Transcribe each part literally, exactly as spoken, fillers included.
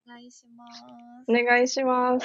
願いします。 お願いします。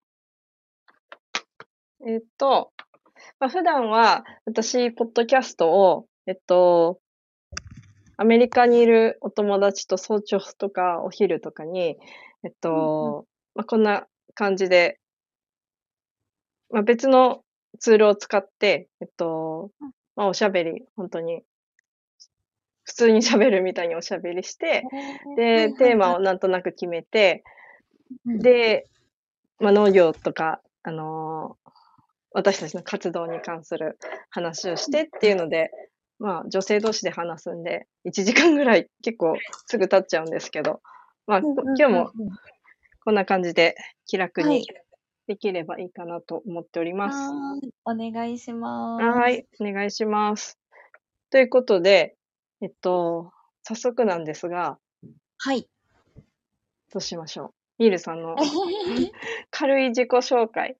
えっと、まあ、普段は私、ポッドキャストを、えっと、アメリカにいるお友達と早朝とかお昼とかに、えっうんうん。 と、まあ、こんな感じで、まあ、別のツールを使って、えっと、 うん。 まあ、おしゃべり、本当に、普通に喋るみたいにおしゃべりして、 ええ、はで、 いはいはい。 テーマをなんとなく決めて、 うん。 で、まあ、農業とか、あの、私たちの活動に関する話をしうん。 てっていうので、まあ、女性同士で話すんで、いちじかんぐらい結構すぐ経っちゃうんですけど、まあ、 うんうんこ今日もうんうん。 こんな感じで気楽にはい。 できればいいかなと思っております。 はーい。お願いします。 はい、お願いします。ということで、えっと、早速なんですが、 はい。 どうしましょう。ミールさんの軽い自己紹介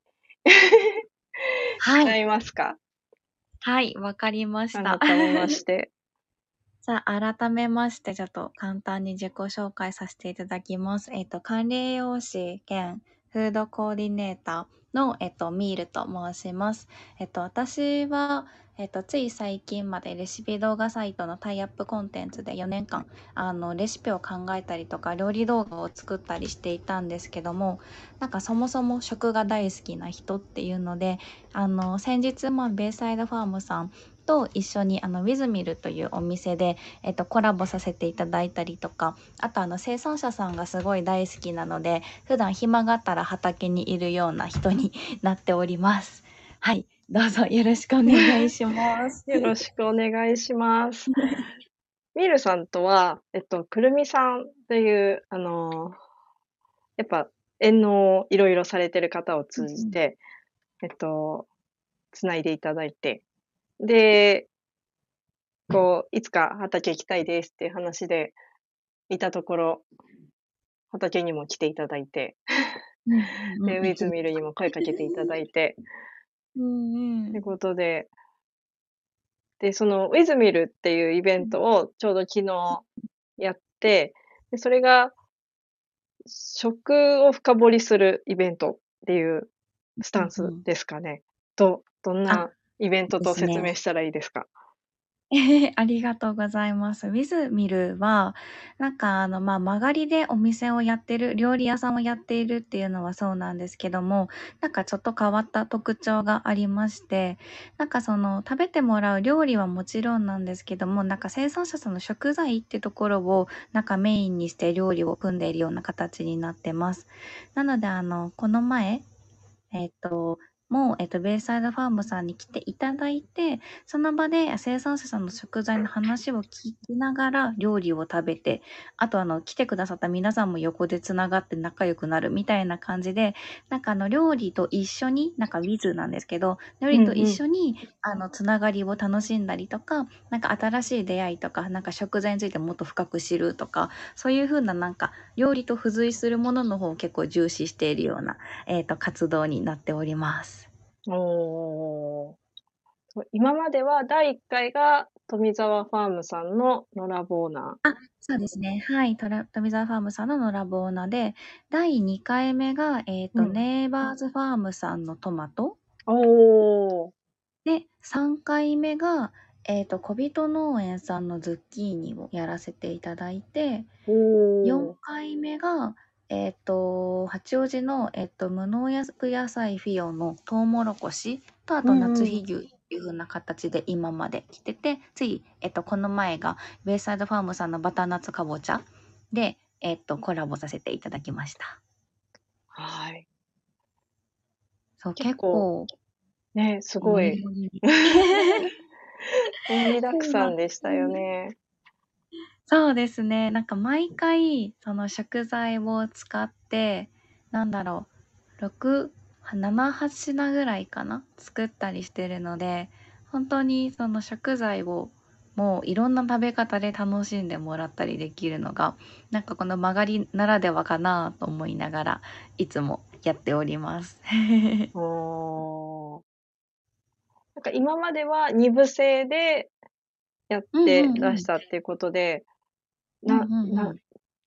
しはい。 ちゃいますか？ はい、わかりました。 改めまして。 じゃあ、改めまして、ちょっと簡単に自己紹介させていただきます。えっと、管理栄養士兼フードコーディネーターの、えっと、ミールと申します。えっと、私は、えっと、つい最近までレシピ動画サイトのタイアップコンテンツでよねんかん、あの、レシピを考えたりとか、料理動画を作ったりしていたんですけども、なんかそもそも食が大好きな人っていうので、あの、先日、まあ、ベイサイドファームさんと一緒にあのウィズミルというお店で、えっと、コラボさせていただいたりとか、あとあの生産者さんがすごい大好きなので、普段暇があったら畑にいるような人になっております。はい、どうぞよろしくお願いします。 よろしくお願いします。ミールさんとは、えっと、くるみさんという、あの、やっぱ、縁のいろいろされてる方を通じて、えっと、つないでいただいて、で、こう、いつか畑行きたいですっていう話でいたところ、畑にも来ていただいて、 うんうんうんで、ウィズミルにも声かけていただいて、 うんうん。 ということで、で、そのウィズミルっていうイベントをちょうど昨日やって、で、それが食を深掘りするイベントっていうスタンスうんうん。 ですかね。どどんあ、 なイベントとですね。 説明したらいいですか？ ええ、ありがとうございます。ウィズミルは、なんかあの、まあ、曲がりでお店をやってる、料理屋さんをやっているっていうのはそうなんですけども、なんかちょっと変わった特徴がありまして、なんかその食べてもらう料理はもちろんなんですけども、なんか生産者さんの食材ってところをなんかメインにして料理を組んでいるような形になってます。なのであの、この前、えっと、もう、えっと、ベイサイドファームさんに来ていただいて、その場で生産者さんの食材の話を聞きながら料理を食べて、あとあの、来てくださった皆さんも横でつながって仲良くなるみたいな感じで、なんかあの、料理と一緒に、なんか with なんですけど、料理と一うんうん。 緒に、あの、つながりを楽しんだりとか、なんか新しい出会いとか、なんか食材についてもっと深く知るとか、そういう風ななんか、料理と付随するものの方を結構重視しているようなえっと、活動になっております。 おー。そう、今まではだいいっかいが富澤ファームさんの野良ボーナあ、そうですね。はい。トラ富澤ファームさんの野良ボーナで、だいにかいめが、えっー。うと、 ん。 ネイバーズファームさんのトマト。 おー。 で、さんかいめが、えっと、小人農園さんのズッキーニをやらせていただいて、4 おー。 回目が、えっと、八王子の、えっと、無農薬野菜フィオのトウモロコシと、あうとんうん。 夏日牛っていう風な形で今まで来てて、つい、えっと、この前が、ベイサイドファームさんのバターナッツかぼちゃで、えっと、コラボさせていただきました。 はい。 そう、 結構、 結構、 ね、すごい盛り盛りに。 盛りだくそうなんでさんでしたよす。 ね。 そうですね。なんか毎回、その食材を使って、なんだろう、ろく、なな、はち品ぐらいかな作ったりしてるので、本当にその食材をもういろんな食べ方で楽しんでもらったりできるのが、なんかこの曲がりならではかなと思いながら、いつもやっております。 おー。なんか今まではに部制でやっうんうてんうん。 らしたっていうことで、 うんうななんうん。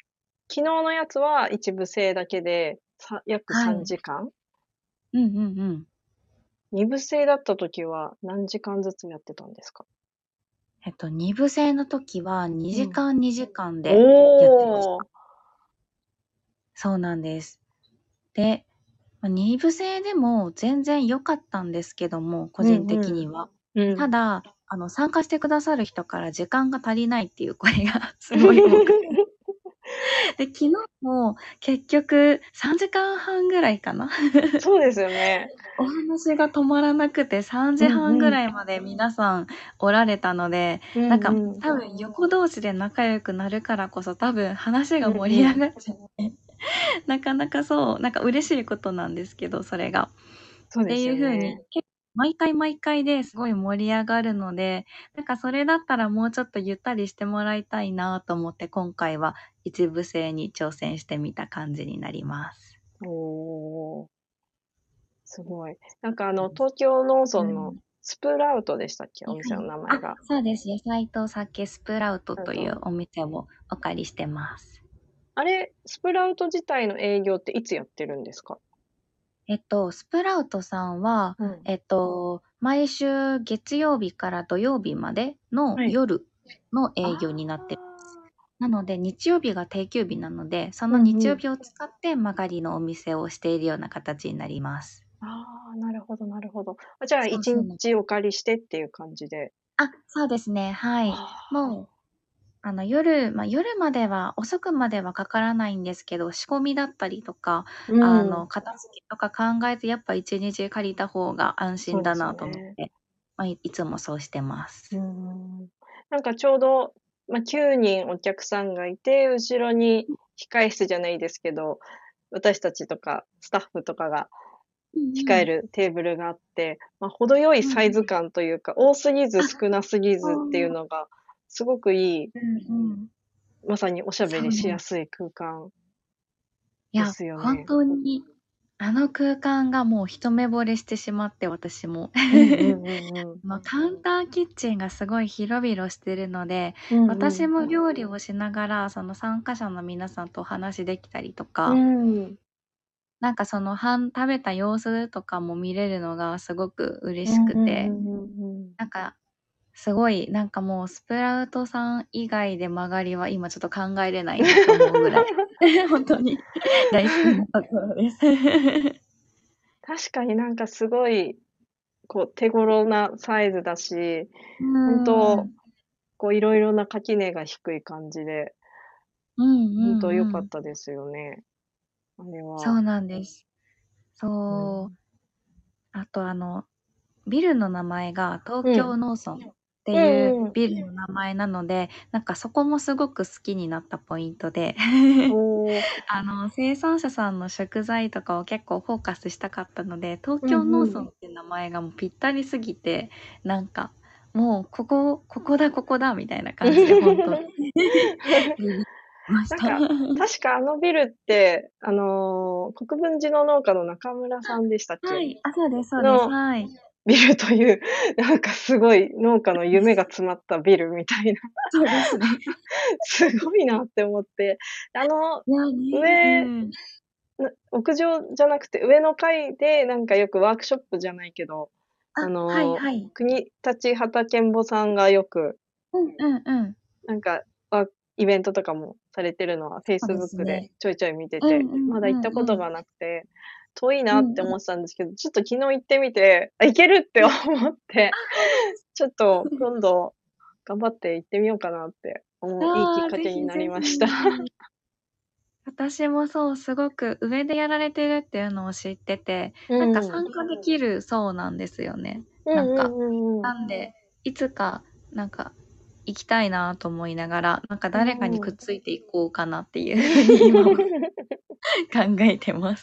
昨日のやつは一部制だけで、さ約はい。 さんじかん。 うんうんうん。 二部制だった時は何時間ずつやってたんですか？ えっと、二部制の時は2 うん。 時間2時間でやってました。 おー。 そうなんです。で、ま、二部制でも全然良かったんですけども、個人うんう的には。 ん。うん。 ただ、あの、参加してくださる人から時間が足りないっていう声がすごい多くて。で、昨日も結局さんじかんはんぐらいかな。 そうですよね。 お話が止まらなくて3 う時半ぐんうん。 らいまで皆さんおられたので、 うなんかんうん。 多分横同士で仲良くなるからこそ、多分話がうん盛りうん。 上がっちゃって、なかなかそう、なんか嬉しいことなんですけど、それが。ってそうですいう風に、 よね。 け毎回毎回ですごい盛り上がるので、なんかそれだったらもうちょっとゆったりしてもらいたいなと思って、今回は一部制に挑戦してみた感じになります。 おー、すごい。なんかあの、東京農村のうん。 スプラウトでしたっけ？お店のはいはい。あ、 名前が。 そうです。野菜と酒スプラウトあと、 というお店をお借りしてます。 あれ、スプラウト自体の営業っていつやってるんですか？ えっと、スプラウトさんは、 うん。 えっと、毎週月曜日から土曜日までのはい。 夜のあ営業になってます。 あ。 なので、日曜日が定休日なので、そのうんうん。 日曜日を使って曲がりのお店をしているような形になります。 ああ、なるほどなるほど。あ、じゃあ1 そうそうなん日お借りしてっていう感じで。 あ、そうですね、はあい。 あ。 もうあの、夜ま、夜までは遅くまではかからないんですけど、仕込みだったりとか、 うあの、 ん。 片付けとか考えてやっぱいちにち借りた方が安そうですよ心だなと思っね。 て、ま、いいつもそうしてまうす。 ん。なんかちょうど、ま、きゅうにんお客さんがいて、後ろに控え室じゃないですけど、私たちとかスタッフとかがうんうん。 控えるテーブルがあって、ま、程よいうんうん。 サイズ感というか、多すぎずあ、 少なすぎずっていうそう。 のが、すごくいい、 うんうん。 まさにおしゃべりしそうなんやすい空間でいや、本すよね。 当に、あの空間がもう一目惚れしてしまって、私も。 うんうんうんうん。 ま、カウンターキッチンがすごい広々してるので、 うんうん。 私も料理をしながら、その参加者の皆さんとお話できたりとうか、 ん。 なんかその、はん食べた様子とかも見れるのがすごく嬉しうんうんうくて、 んうんうん。 なんか、すごい、なんかもうスプラウトさん以外で曲がりは今ちょっと考えれないなと思うぐらい、ほんとに大好きなところです。 確かになんかすごい、こう手頃なサイズだし、 うほんと、 ーん。 こういろいろな垣根が低い感じで、 うんほんと良かっうんうん。 たですよね、あれは。 そうなんです。そう。 うん。 あとあの、ビルの名前が東うん。 京農村ってういうんうん。 ビルの名前なので、なんかそこもすごく好きになったポイントで、 おお。 あの、生産者さんの食材とかを結構フォーカスしたかったので、東うん京農うん。 村っていう名前がもうぴったりすぎて、なんか、もうここここだここだみたいな感じでほんとにビビました。 なんか、確かあのビルって、あの、国分寺の農家の中村さんでしたっけ？ はい、あ、そうですそうです。 のはい。 ビルという、なんかすごい農家の夢が詰まったビルみたいな、 そうですね。 すごいなって思って、あの、 いやね、う上ん。 な屋上じゃなくて上の階で、なんかよくワークショップじゃないけど、ああ、はいの、 はい。 国立畑んぼさんがよく、 うんうんうん。 なんか、わイベントとかもされてるのはそうです Facebook でね。 ちょいちょい見てて、 うんうんまだ行ったうんうん。 ことがなくて、遠いうんうん。 なって思ってたんですけど、ちょっと昨日行ってみて、あ、行けるって思うん。 って、 あ、ほんとですちょっと今度頑張って行ってみようかなって思ういいきっああ、 かけになぜひぜりました。 ひ。私もそう、すごく上でやられてるっていうのを知ってて、 うなんかん。 参加できるそうなんですよね。 うんうなんか、 んうんうん。 なんで、いつか、なんか、行きたいなと思いながら、なんかう誰かにんうん。 くっついていこうかなっていう風に今は考えてます。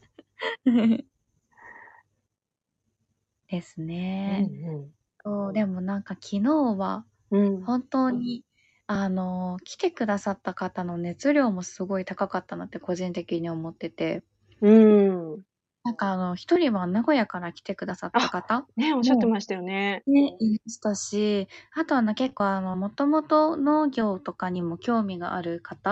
ですうんね。 うん。 そう、でもなんか昨日はうん。 本当に、あの、来てくださった方の熱量もすごい高かったなって個人的に思ってて、 うーん。 なんかあの、一人は名古屋から来てくださったあ、 方ね、おっしゃってもましたよね。 ね、いましたし、あとはな、結構あの、もともと農業とかにも興味がある方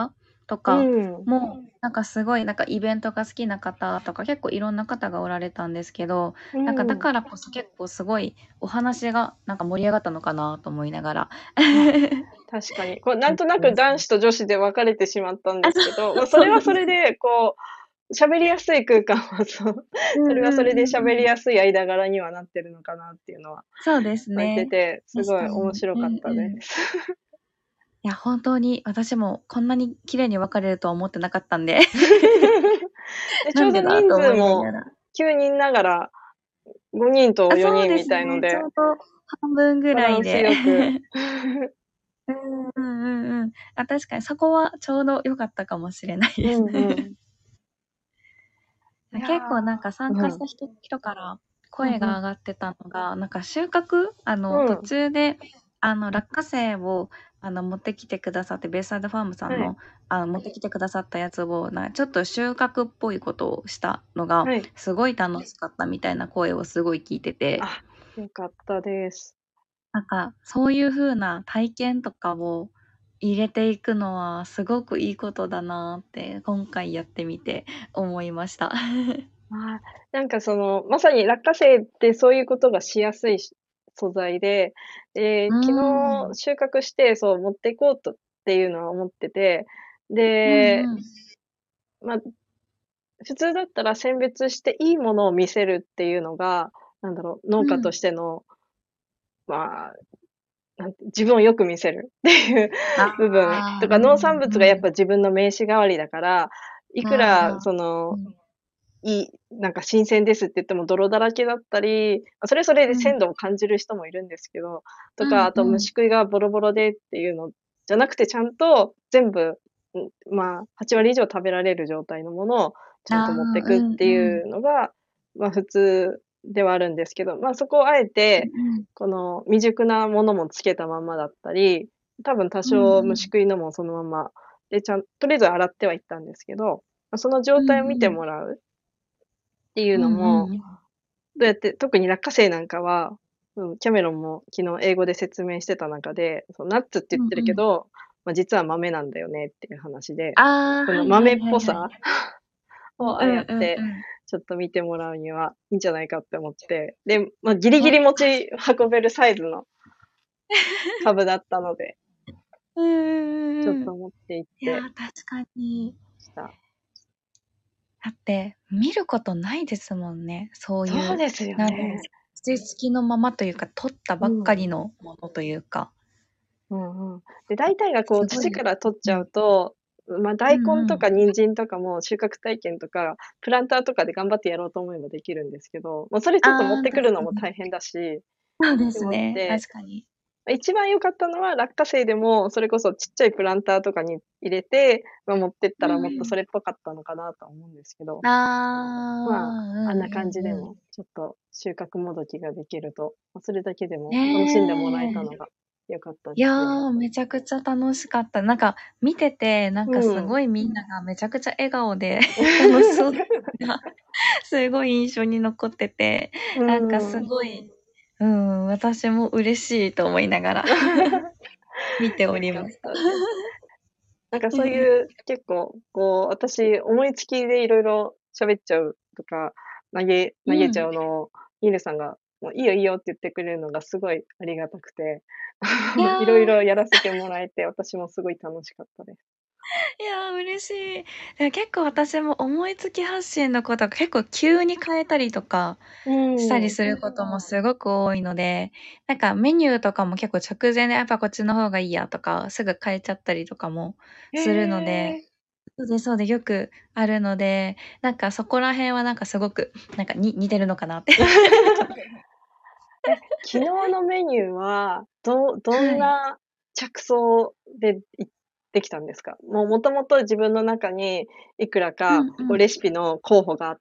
とうかん。 も、なんかすごいなんかイベントが好きな方とか結構いろんな方がおられたんですけど、 うなんかだん。 からこそ結構すごいお話がなんか盛り上がったのかなと思いながら。 あ、確かに。こうなんとなく男子と女子で分かれてしまったんであ、そすけど、ま、 う、 それはそうなんです。 それで、こう、喋りやすい空間はそう、 うんそれはそれでうんうんうん。 喋りやすい間柄にはなってるのかなっていうのはそうです感じてね。 て、すごい確かに。 面白かっうんたでうん。 す。 いや、本当に私もこんなに綺麗に分かれるとは思ってなかったんで。 で、ちなんょうど人でだと思数もいながら。 きゅうにんながら、ごにんとあ、 4 そう人みですね。ちたいので、 ょうど半分ぐバランスらいで。 よく。 うんうんうんうん。あ、確かにそこはちょうど良かったかもしれないうです。 んうん。いや、 結構なんか参加しうん。 た人人から声うんうん。 が上がってたのが、なんか収穫あの、途うん。 中で、あの、落花生を、あの、持ってきてくださって、ベイサイドファームさんはい。 の、あの、持ってきてくださったやつを、なちょっと収穫っぽいことをしたのが、 はい。 すごい楽しかったみたいな声をすごい聞いてて、 あ、良かったです。 なんか、そういう風な体験とかを入れていくのはすごくいいことだなって、今回やってみて思いました。 ああ、なんかその、まさに落花生ってそういうことがしやすいし素材で、で、 うー昨日ん。 収穫して、そう持っていこうとっていうのは思ってて、で、 うんうん。 ま、普通だったら選別していいものを見せるっていうのが、なんだろう、農家とうん。 しての、まあ、なんて自分をよく見せるっていうあ部分あ、 とか、農うん産物がやっうん。 ぱ自分の名刺代わりだから、いくらああ、 そのうん。 いい、なんか新鮮ですって言っても泥だらけだったり、ま、それはそれでうん。 鮮度を感じる人もいるんですけど、とうか、あとんうん。 虫食いがボロボロでっていうのじゃなくて、ちゃんと全部、ん、まあ、はち割以上食べられる状態のものをちゃんああ、 と持ってくっうんてうん。 いうのが、ま、普通ではあるんですけど、ま、そこをあえて、 うんうん。 この未熟なものもつけたまんまだったり、多分多うん少うん。 虫食いのもそのまま、で、ちゃんとりあえず洗ってはいったんですけど、ま、そのう状態を見てんうん。 もらうっていううんうのも、 んうん。 どうやって特に落花生なんかは、うん、キャメロンも昨日英語で説明してた中で、そのナッツって言ってるうんうん。 けど、ま、実は豆なんだよねっていう話で、 ああ、 そのはいは豆っいはいはい。 ぽさをああうんうんやってうん。 ちょっと見てもらうにはいいんじゃないかって思って、で、ま、ギリギね、 リ持たしち運べるサイズの株だったので、 うんうんちょっうんうん。 と持って行っいや、 て確かに。 した。 だって、見ることないですもんね。そういう、 そうですよね。 なんていうんですか、土付きのままというか、取ったばっかうん。 りのものというか。 うんうん。で、大体がこうすごい土から取っちゃうん。 うと、ま、大うんうん。 根とか人参とかも収穫体験とか、プランターとかで頑張ってやろうと思えばできるんですけど、ま、それちょっと持っああ、 てくるの確かに。 も大変だし、 そうででもっすね、 て、 確かに。 ま、一番良かったのは落花生でも、それこそちっちゃいプランターとかに入れて、ま、持ってったうんらもっとうん。 それっぽかったのかなとは思うんですけど、 あまあ、 あ、うんあんな感じでうんうん。 も、ちょっと収穫もどきができると、ま、それだけでも楽しんでもらえたねえ。 のが良かったいや、 ですね。 めちゃくちゃ楽しかった。なんか見てて、なんかすうん。 ごいみんながめちゃくちゃ笑顔で楽しそうなすごい印象に残ってて、 うなんかすーん。 ごい、うん、私も嬉しいと思いながら見てお良かっりました。 たです。なんかうんうん。 そういう結構、こう、私思いつきで色々喋っちゃうとか、投げ投げちゃうん。 うのを、ミルさんがもういいよいいよって言ってくれるのがすごいありがたくて、 いや、 色々やらせてもらえて、私もすごい楽しかったです。 いや、嬉しい。でも結構私も思いつき発信のことが結構急に変えたりとかうしたりーん。 することもすごく多いので、なんかメニューとかも結構直前でやっぱこっちの方がいいやとか、すぐ変えちゃったりとかもへするので、 え。 そうですそうで、よくあるので、なんかそこら辺はなんかすごく、なんかに似てるのかなってちょっとえ、昨日のメニューは、どどはい。 んな着想でいできたんですか？もうもともと自分の中にいくらかうんうん。 こうレシピの候補があって、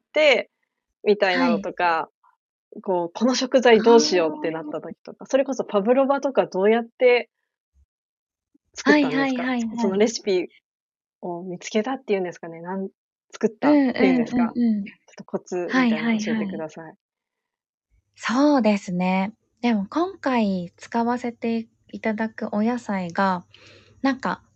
みたいなのはい。 とか、こう、この食材あどうしようってなったあ。 時とか、それこそパブロバとかどうやって作っはいたんですか？ はいはいそのはい。 レシピを見つけたっていうんですかね、なん作ったっうんうんていうんですか？ うんうん。 ちょっとコツみはいたいなの教えてはいはい。 ください。 そうですね。でも今回使わせていただくお野菜が、なんか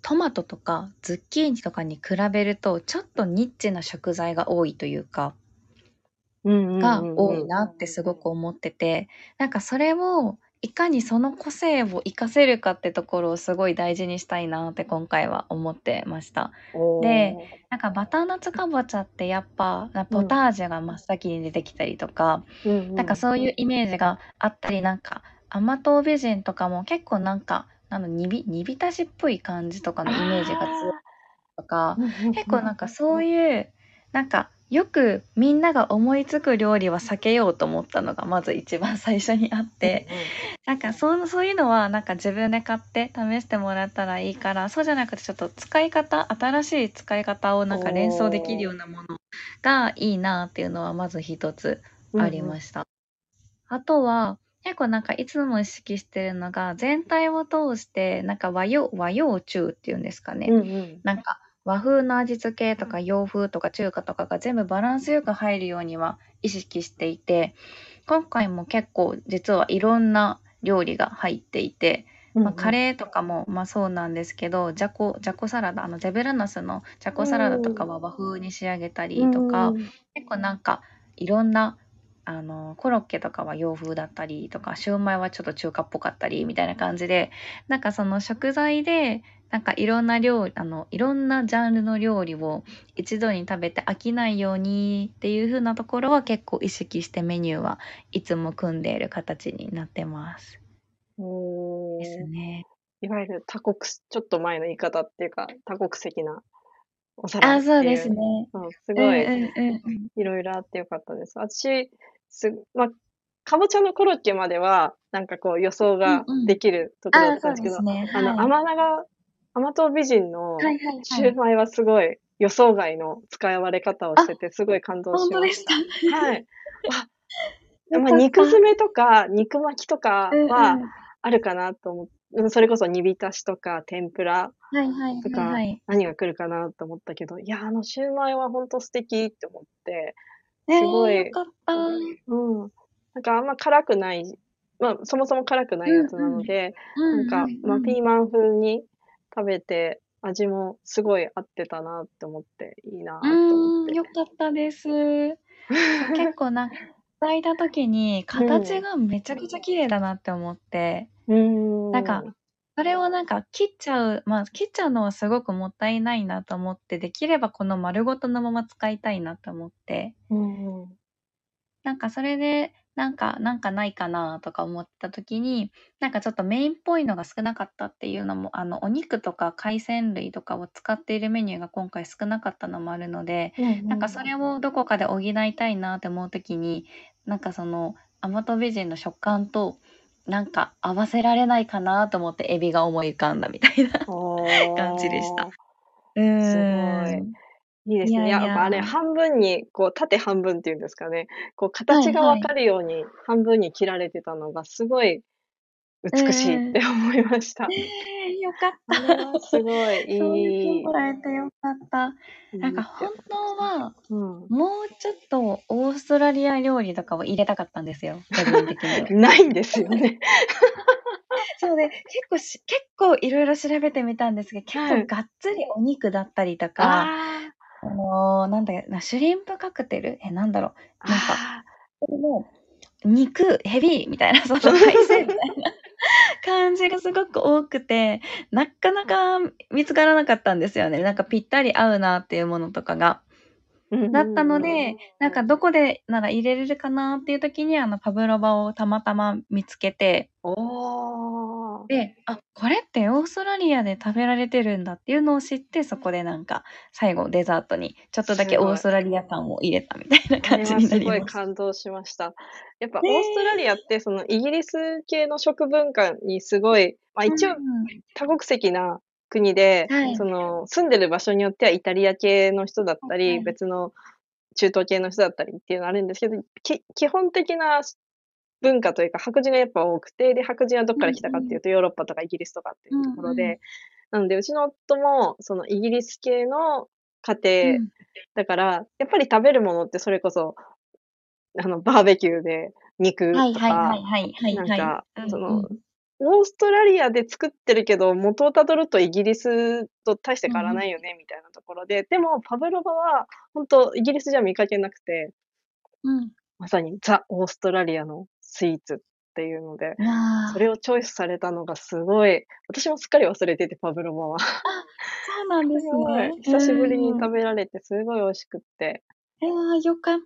トマトとかズッキーニとかに比べるとちょっとニッチな食材が多いというか、 うんうんが多うんうん。 いなってすごく思ってて、なんかそれをいかにその個性を活かせるかってところをすごい大事にしたいなって今回は思ってました。で、 おー。 なんかバターナッツかぼちゃってやっぱなポタうん。 ージュが真っ先に出てきたりとか、なんかうんうん。 そういうイメージがあったり、なんか甘党美人とかも結構なんか、あの煮び煮浸しっぽい感じとかのイメージが強いあとか、 ー。うんうんうん。 結構なんかそういう、なんかよくみんなが思いつく料理は避けようと思ったのがまず一番最初にあっうんて、 うん。 なんかそうそういうのはなんか自分で買って試してもらったらいいから、そうじゃなくてちょっと使い方、新しい使い方をなんか連想できるよおー。 うなものがいいなっていうのはまず一つありうんうん。 ました。あとは、結構なんかいつも意識してるのが、全体を通してなんか和洋和洋中っていうんですかね。 うんうん。 なんか和風の味付けとか洋風とか中華とかが全部バランスよく入るようには意識していて、今回も結構実はいろんな料理が入っていて、まあ、カうんうん。 レーとかもまあそうなんですけど、じゃこ、じゃこサラダ、あのゼブラナスのじゃうこサラダとかん。 は和風に仕上げたうりとか、 ん。 結構なんかいろんなあのコロッケとかは洋風だったりとか、シューマイはちょっと中華っぽかったりみたいな感じで、なんかその食材でなんかいろんな料理、あのいろんなジャンルの料理を一度に食べて飽きないようにっていう風なところは結構意識してメニューはいつも組んでいる形になってます。ですおー。 ね。 いわゆる多国ちょっと前の言い方っていうか、多国籍なお皿っあ、そうていう、 ですね。 そう、すうんごいうんうんうん。 いろいろあってよかったです。私、すま、かぼちゃのコロッケまでは、なんかこう予想うんがうん。 できるところだああ、 ったんですけど、 そうですね。 あの、 はい。 甘長甘党美人のはいはいはい。 シューマイはすごい予想外の使われ方をしあ、 てて、すごい感動しました。 ほんとですか？ はい。あ、 よま、 かった。 肉詰めとか肉巻きとかうんはうん。 あるかなと思っうん、それこそ煮浸しとか天ぷらはいはいとか、 はいはい。 何が来るかなと思ったけど、いや、あのシューマイはほんと素敵って思って、 ええ、よすごい、 かった。 うん。なんかあんま辛くない、ま、そもそも辛くないうんやつなうん。 ので、 うんうなんか、ま、 んうん。 ピーマン風に食べて、味もすごい合ってたなって思って、いいうなと思っーん、 て。 良かったです。そう、結構なんか、頂いた時にうん。 形がめちゃくちゃ綺麗だなって思って、 うなんか、 ーん。 それをなんか切っちゃう、まあ、切っちゃうのはすごくもったいないなと思って、できればこの丸ごとのまま使いたいなと思って、 うんうん。 なんかそれで、なんかなんかないかなとか思った時に、なんかちょっとメインっぽいのが少なかったっていうのも、あの、お肉とか海鮮類とかを使っているメニューが今回少なかったのもあるので、 うんなんかうん。 それをどこかで補いたいなって思う時に、なんかその、アマト美人の食感と、なんか合わせられないかなと思ってエビが思い浮かんだみたいな感じでした。 ああ、 うすごい。 ーん。 いいですね。 いやいや。 やっぱあれ半分に、こう縦半分っていうんですかね、こう形が分かはいはい。 るように半分に切られてたのがすごいうん美しいっうん。 て思いました。 ええ、よかった。 あれはすごいそう言っていいもらえてよかった。なんいいってか本当思いました。 は、 うん。 もうちょっとオーストラリア料理とかを入れたかったんですよ、個人的には。 ないんですよね。 そうで、結構し結構いろいろ調べてみたんですけど、結構はい。 がっつりお肉だったりとか、 ああの、なんだな、シュリンプカクテル、え、なんだろあ、 う、なんか、 ああ。 もう、肉、ヘビみたいな、その海鮮みたいな感じがすごく多くて、なかなか見つからなかったんですよね。なんかぴったり合うなっていうものとかが。 うんうだったのんうん。 で、なんかどこでなら入れれるかなっていう時に、あの、パブロバをたまたま見つけて、 おお。 で、あ、これってオーストラリアで食べられてるんだっていうのを知って、そこでなんか、最後デザートにちょっとだけオーすごい。 ストラリア感を入れたみたいなあれ感じになはすごいりました。 感動しました。やっぱねオーストラリアっえ。 てそのイギリス系の食文化にすごい、ま、 う一応ん。 多国籍な国で、 はい。 その住んでる場所によってはイタリア系の人だったり、 はいはい。 別の中東系の人だったりっていうのあるんですけど、き基本的な文化というか、白人がやっぱ多くて、で、白人はどっうんから来たかっていうん。 うと、ヨーロッパとかイギリスとかっていううとんうん。 ころで、なので、うちの夫もそのイギリス系の家庭うん。 だから、やっぱり食べるものってそれこそ、あの、バーベキューで肉はいはいはとか、 いはいはいはい。 なんか、 うんその、 うん。 オーストラリアで作ってるけど、元をたどるとイギリスと大して変わらうんうん。 ないよね、みたいなところで、でもパブロバはほんとイギリスじゃ見かけなくて、 うん。 まさにザ・オーストラリアのスイーツっていうので、 わあ。 それをチョイスされたのがすごい、私もすっかり忘れてて、パブロバは。 あ、そうなんですごい、 すね。う久しぶりにーん。 食べられてすごい美味しくって、 え、わあ、良かった。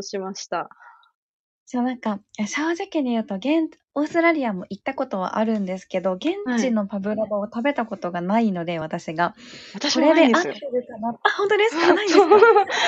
感動しました。 そう、なんか、え、正直に言うと、げんオーストラリアも行ったことはあるんですけど、現はい。 地のパブロバを食べたことがないので、私が。 私もこれで合ってないんですよ。 るかなあ、ほんとですか？ あ、そう。 ないんですか？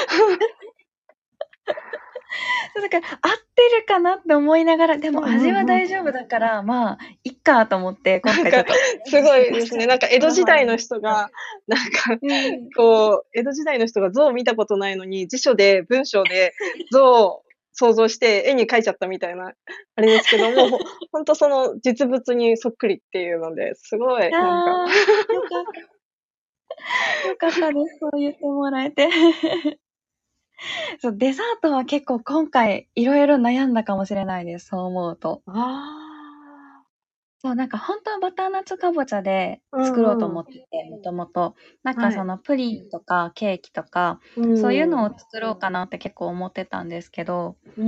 そう、だから、合ってるかなって思いながら、でうんも味はうんうん。 大丈夫だから、まあ、いっかと思って、今なんか、 回ちょっとすごいですね。なんか江戸時代の人そう。 が、なんか、 うん。 こう、江戸時代の人が象を見たことないのに、辞書で、文章で象を想像して絵に描いちゃったみたいな、あれですけども、ほほんとその実物にそっくりっていうので、すごいなんかああ、よか良かったです、そう言ってもらえて。そう、デザートは結構今回色々悩んだかもしれないです、そう思うと。 ああ。 そう、なんかほんとはバターナッツかぼちゃでう作ろうとんうん。 思ってて、もともと。なんかはい。 そのプリンとかケーキとか、 うそういうのをーん。 作ろうかなって結構思ってたんですけど、 うん。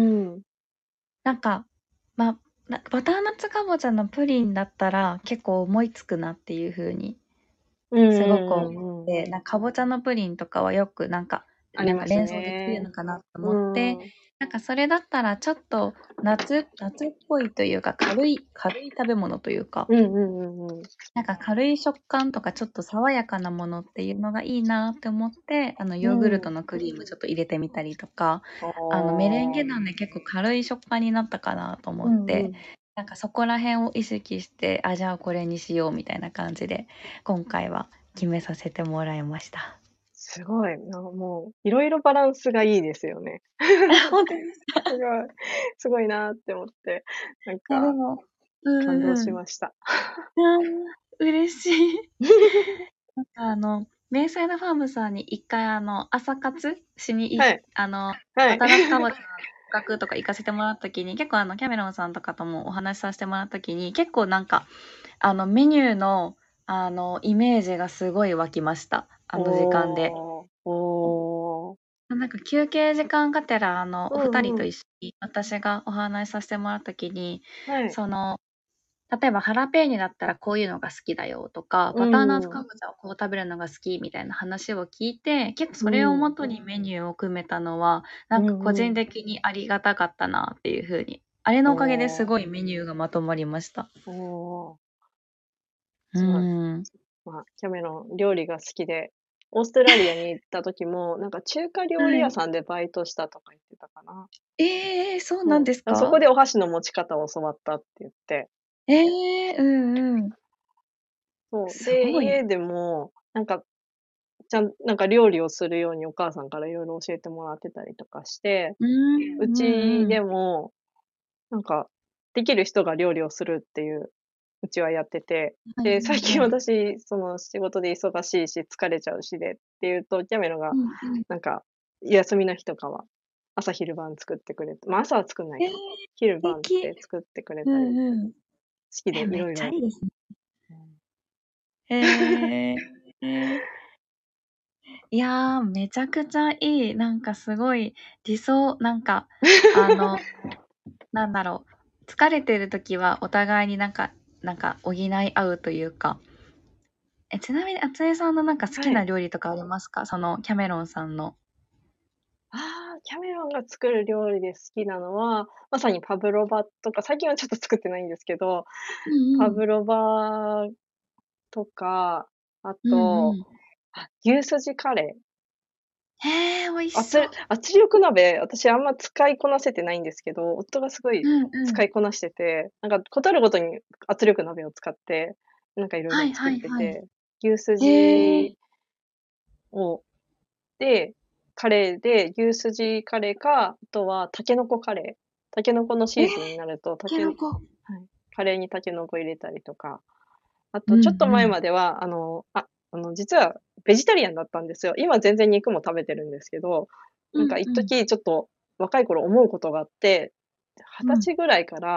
なんか、ま、なバターナッツかぼちゃのプリンだったら結構思いつくなっていう風にうんうすごく思っんうんうん。 て、なんかぼちゃのプリンとかはよくなんかなんかあります連想できるね。 のかなとう思って、 ん。 なんかそれだったらちょっと夏夏っぽいというか、軽い軽い食べ物というか、 うんうんうんうん。 なんか軽い食感とかちょっと爽やかなものっていうのがいいなって思って、あのヨーグルトうん。 のクリームちょっと入れてみたりとか、 ああのメレンゲあ。 なんで結構軽い食感になったかなとう思って、 んうん。 なんかそこら辺を意識して、あ、じゃあこれにしようみたいな感じで、今回は決めさせてもらいました。 すごい、なもう、いろいろバランスがいいですよね。 あ、ほんとですか？ すごい、すごいなって思って、なんいやでかもうん感動うんうん。 しました。 ああ、嬉しい。なんかあの、メイサイドファームさんに一回あの、朝活しにいはい、 あの、 はい。 バターナッツかぼちゃの企画とか行かせてもらった時に、結構あの、キャメロンさんとかともお話しさせてもらった時に、結構なんか、あの、メニューの、あの、イメージがすごい湧きました。あの時間で。 おお、おお。 なんか休憩時間がてら、あの、 うお二人んうん。 と一緒に私がお話しさせてもらった時に、 はい。 その例えばハラペーニョだったらこういうのが好きだよとか、 うバターナッツん、 かぼちゃをこう食べるのが好きみたいな話を聞いて、結構うそれをもん、 とにメニューを組めたのは、なうんか個人んうん。 的にありがたかったなっていう風に。あれおのおかげですお、 ごいメニューがまとまりました。 おお、 うすごい。 ーん。 まあ、キャメロン、料理が好きで、オーストラリアに行った時も、なんか中華料理はい。 屋さんでバイトしたとか言ってたかな。 ええ、そうなんそう。あ、そこですか？ でお箸の持ち方を教わったって言って。 ええ、うんうん。 そう。で、 すごい。 家でも、なんか、ちゃんなんか料理をするようにお母さんから色々教えてもらってたりとかして、 うーうん、うんちでうん。 も、なんか、できる人が料理をするっていう、うちはやってて、 はいで、最近はいはい。 私、その、仕事で忙しいし、疲れちゃうしでっていうと、キャメロが、 うんうん。 なんか、休みの日とかは、朝昼晩作ってくれてま、朝は作んないええ、 か。昼素敵。 晩って作ってくれうたり、好んうん。 きでえ、めっ色々、 ちゃいいですね。 うん。 へえ。いや、めちゃくちゃいい。なんかすごい理想なんか、あの、なんだろう、疲れてる時はお互いになんかなんか補い合うというか。え、ちなみに厚江さんのなんか好きはい。 な料理とかありますか？そのキャメロンさんの。 ああ、キャメロンが作る料理で好きなのは、まさにパブロバとか、最近はちょっと作ってないんですけど、 うんうん。 パブロバとか、あうんと、 うん。 あ、牛すじカレー。 へえ、美味しあつそう。 圧力鍋、私あんま使いこなせてないんですけど、夫がすごいうんうん。 使いこなしてて、なんか事あるごとに圧力鍋を使って、なんか色々 はい作っはいはい。 てて、牛すじへえ。 をで、カレーで、牛すじカレーか、あとはタケノコカレー。タケノコのええ、 シーズンになると、たけはい、 タケノコ。 カレーにタケノコ入れたりとか、あうんとちょっと前うん。 までは、あの、あ、あの、実はベジタリアンだったんですよ。今全然肉も食べてるんですけど、 うなんかんうん。 一時ちょっと若い頃思うことがあって、はうん。 たちぐらいから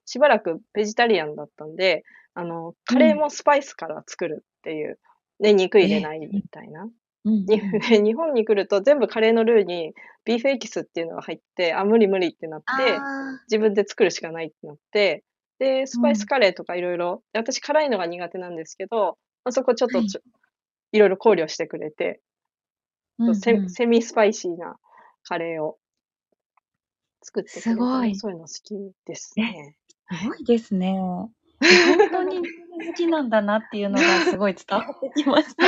しばらくベジタリアンだったんで、あの、カレーうん。 もスパイスから作るっていう。で、肉入れえ、 ないみうん。 たいな。 うんにうん。 日本に来ると全部カレーのルーにビーフエキスっていうのが入って、あ、無理無理ってなっあて、 あ。 自分で作るしかないってなって、で、スパイスうん。 カレーとか色々、で、私辛いのが苦手なんですけど、ま、そこちょっと、 はい。 ちょ色々考慮してくれてそう、セうんうん。 セミスパイシーなカレーを作ってくれたり、 すごい。 そういうの好きですえ、 ね。はい。 すごいですね。え、ほんとに料理好きなんだなっていうのがすごい伝わってきました。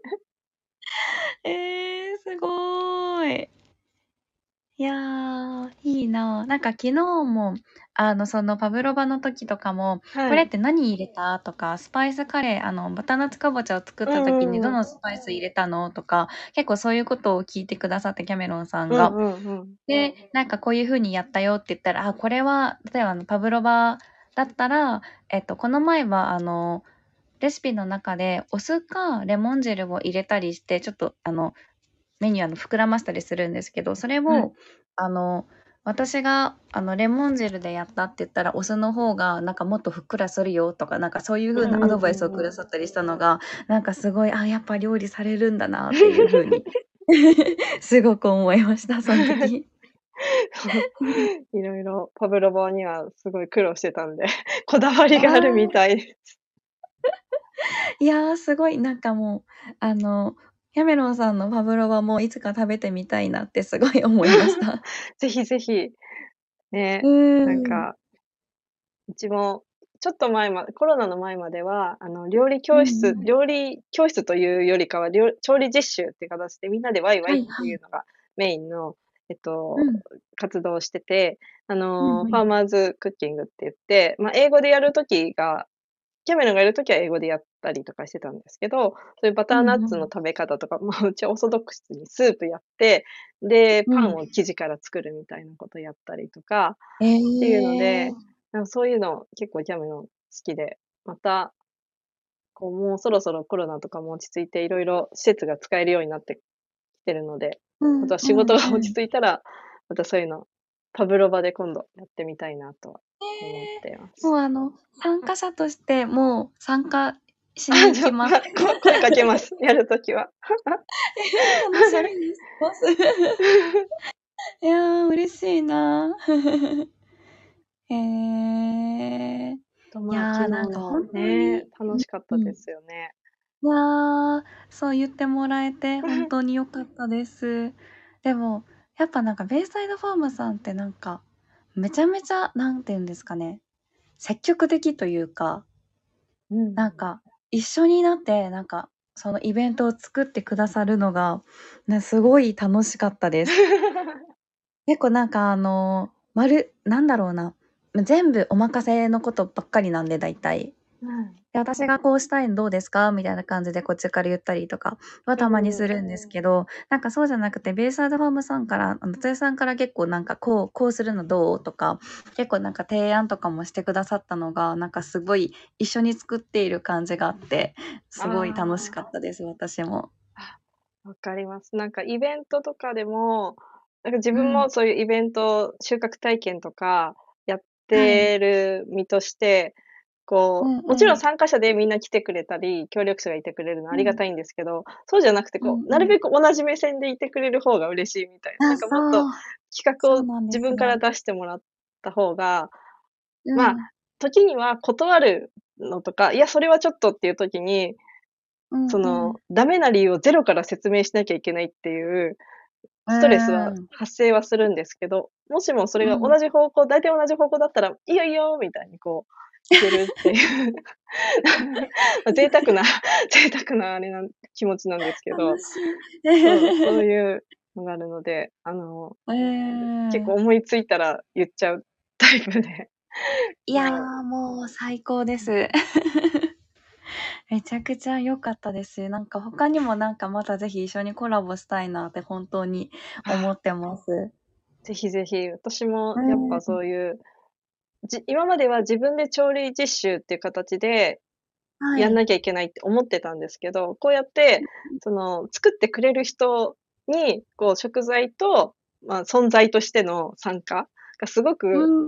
ええ、すごい。いや、いいな。なんか昨日も、あの、そのパブロバの時とかも、 はい。 「これって何入れた？」とか、「スパイスカレー、あの、バターナッツかぼちゃを作っうた時にんうんうん。 どのスパイス入れたの？」とか、結構そういうことを聞いてくださって、キャメロンさんうんが。 うんうん。 で、なんかこういう風にやったよって言ったら、あ、これは、例えばあのパブロバだったら、えっと、この前はあの、レシピの中でお酢かレモン汁を入れたりして、ちょっとあの、メニューあの膨らましたりするんですけど、それはい。 をあの、私があの、レモン汁でやったって言ったら、お酢の方がなんかもっとふっくらするよとか、なんかそういう風なアうんうんドバイスをくうんうん。 ださったりしたのが、なんかすごい、あ、やっぱ料理されるんだなっていう風にすごく思いました、そん時。 そう、色々パブロバにはすごい苦労してたんで、こだわりあがあるみあ。 たいです。 いや、すごいなんかもう、あの、キャメロンさんのパブロバもいつか食べてみたいなってすごい思いました。 ぜひぜひ。 うね、なんーん。 かうちもちょっと前まコロナの前までは、あの、料理うん教室うん。 料理教室というよりかは、りょ調理実習っていう形でみんなでワイワイっはいはい。 ていうのがメインの、えっと、 うん。 活動をしてて、あの、 うんうん。 ファーマーズクッキングって言って、ま、英語でやる時がキャメロンがいる時は英語でやったりとかしてたんですけど、そういうバタうーナッんうん。 ツの食べ方とか、まあ、うちはオーソドックスにスープやって、で、 うん。 パンを生地から作るみたいなことやったりとかえっていうので、 え。 なん、そういうの結構キャメロン好きで、またこう、もうそろそろコロナとかも落ち着いて、色々施設が使えるようになってきてるので、あとはうんう仕事が落ちんうん。 着いたら、またそういうの、パブロバで今度やってみたいなとはえ思っえ、 てます。 もうあの、参加者としてもう参加しにあ、 行きます。 じゃあ、こ声かけます、やる時は。 え、楽しみにしてます。いや、嬉しいな。へえ。 と、まあ、昨日いや、なんかの本当ね、 に楽しかったでうんうん。 すよね。 いや、そう言ってもらえて本当に良かったです。でも、やっぱなんかベイサイドファームさんってなんか、めちゃめちゃ、何て言うんですかね、積極的というかうん。 なんか、一緒になって、なんか、そのイベントを作ってくださるのが、ね、すごい楽しかったです。結構なんかあの、まるなんだろうな、ま、全部お任せのことばっかりなんで、大体。 うん。 で、私がこうしたいのどうですか？みたいな感じでこっちから言ったりとかはたまにうんうん。 するんですけど、なんかそうじゃなくて、ベイサイドファームさんから、あの、つえさんから結構なんか「こうこうするのどう？」とか、結構なんか提案とかもしてくださったのが、なんかすごい一緒に作っている感じがあって、すごい楽しああ。 かったです、私も。 あ、分かります。なんかイベントとかでも、なんか自分うん。 もそういうイベント、収穫体験とかやっはい。 てる身として、こう、もちろんうんうん。 参加者でみんな来てくれたり、協力者がいてくれるのはあうん。 りがたいんですけど、そうじゃなくてこう、なるうんうん。 べく同じ目線でいてくれる方が嬉しいみたいな。なんあ、 かもっとそう。 企画をそうなんで自分からすよ。 出してもらった方が、まあ、 うん。 時には断るのとか、いや、それはちょっとっていう時に、 うんうその、 ん。 ダメな理由をゼロから説明しなきゃいけないっていううストレスはーん。 発生はするんですけど、もしもそれが同うん。 じ方向大体同じ方向だったら、いいよいいよみたいにこう、いけるっていう。ま、贅沢な贅沢なあれなん気持ちなんですけど、 楽しい。 そう、そういうのがあるので、あの、 え結構え。 思いついたら言っちゃうタイプで、 いや、 もうもう最高です。めちゃくちゃ良かったです。なんか他にもなんかまたぜひ一緒にコラボしたいなって本当に思あ。 ってます。 ぜひぜひ、私もうやっぱーん。 そういう、じ今までは自分で調理実習っていう形で、やんはい。 なきゃいけないって思ってたんですけど、こうやって、その、作ってくれる人に、こう食材と、まあ、存在としての参加がすごくうん。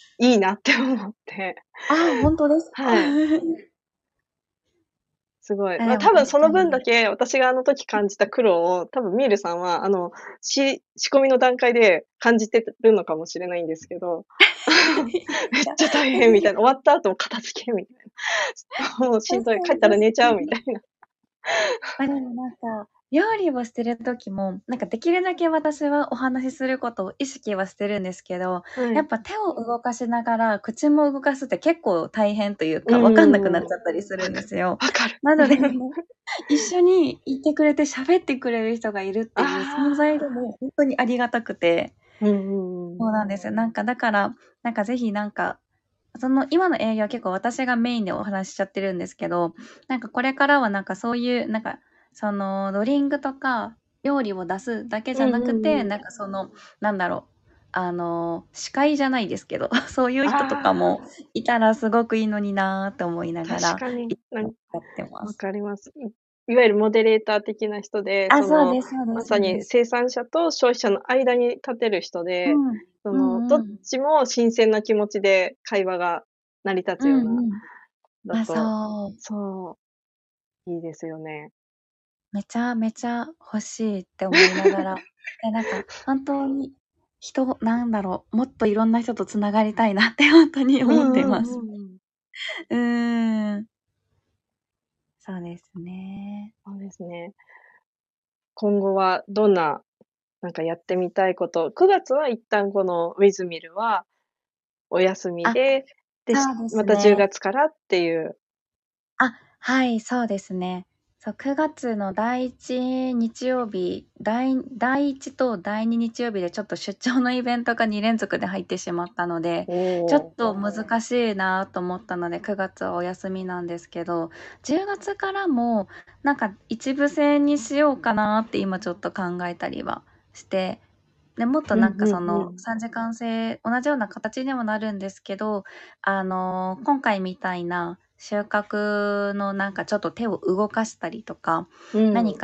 いいなって思って。 あ、ほんとですか？ はい。すごい。 あ、 ま、 でも多分その分だ確かに。 け私があの時感じた苦労を、多分ミールさんはあの、し仕込みの段階で感じてるのかもしれないんですけど、めっいや、 ちゃ大変みたいな、終わった後も片付けみたいな。もうしんどい、 確かに帰ったら寝ちゃう確かに。 みたいな。 あ、でもなんか、料理をしてる時も、なんかできるだけ私はお話しすることを意識はしてるんですけど、 はい。 やっぱ手を動かしながら口も動かすって結構大変といううか、分かんなくなっーん。 ちゃったりするんでわかすよ。 分かる。 なので、あの、一緒にいてくれて喋ってくれる人がいるっていう存在でああ。 もほんとにありがたくて。 うんうんうん。 そうなんですよ。なんかだから、なんかぜひなんか、その今の営業は結構私がメインでお話ししちゃってるんですけど、なんかこれからはなんかそういう、なんか、そのドリンクとか料理を出すだけじゃうんなくて、 うんうん。 なんかその、なんだろう、あの、司会じゃないですけど、そういうあ人とかあ。 もいたらすごくいいのになって思いながら、 確かに、 いつもなんやってま分す。 かります。いいわゆるモデレーター的な人で、 あ、 その、 そうですそうでまさすそうです。 に生産者と消費者の間に立てる人で、 うん。うその、どっんうん。 ちも新鮮な気持ちで会話が成り立うつような、 んうん。あ、 だとそう。 そう、いいですよね。 めちゃめちゃ欲しいって思いながら、で、なんか本当に、人なんだろう、もっといろんな人と繋がりたいなってほんとに思っうんうんてます。 うんうん。 うーん。そうですね。 そうですね。今後はどんな、なんかやってみたいこと、くがつは一旦このウィズミルはお休みあ、 で、で、しそうでまたじゅうすね。 がつからっていう。 あ、はい、そうですね。そう、くがつのだいいち日曜日、だいだいいちとだいに日曜日でちょっと出張のイベントがに連続で入ってしまったので、 おちょっお。 と難しいなと思ったので、くがつはお休みなんですけど、じゅうがつからも、なんか一部制にしようかなって今ちょっと考えたりはして、で、もっとなんうんうかそのんうん。 さんじかん制同じような形にはなるんですけど、あの、今回みたいな収穫のなんかちょっと手を動かしたりとか、 うん。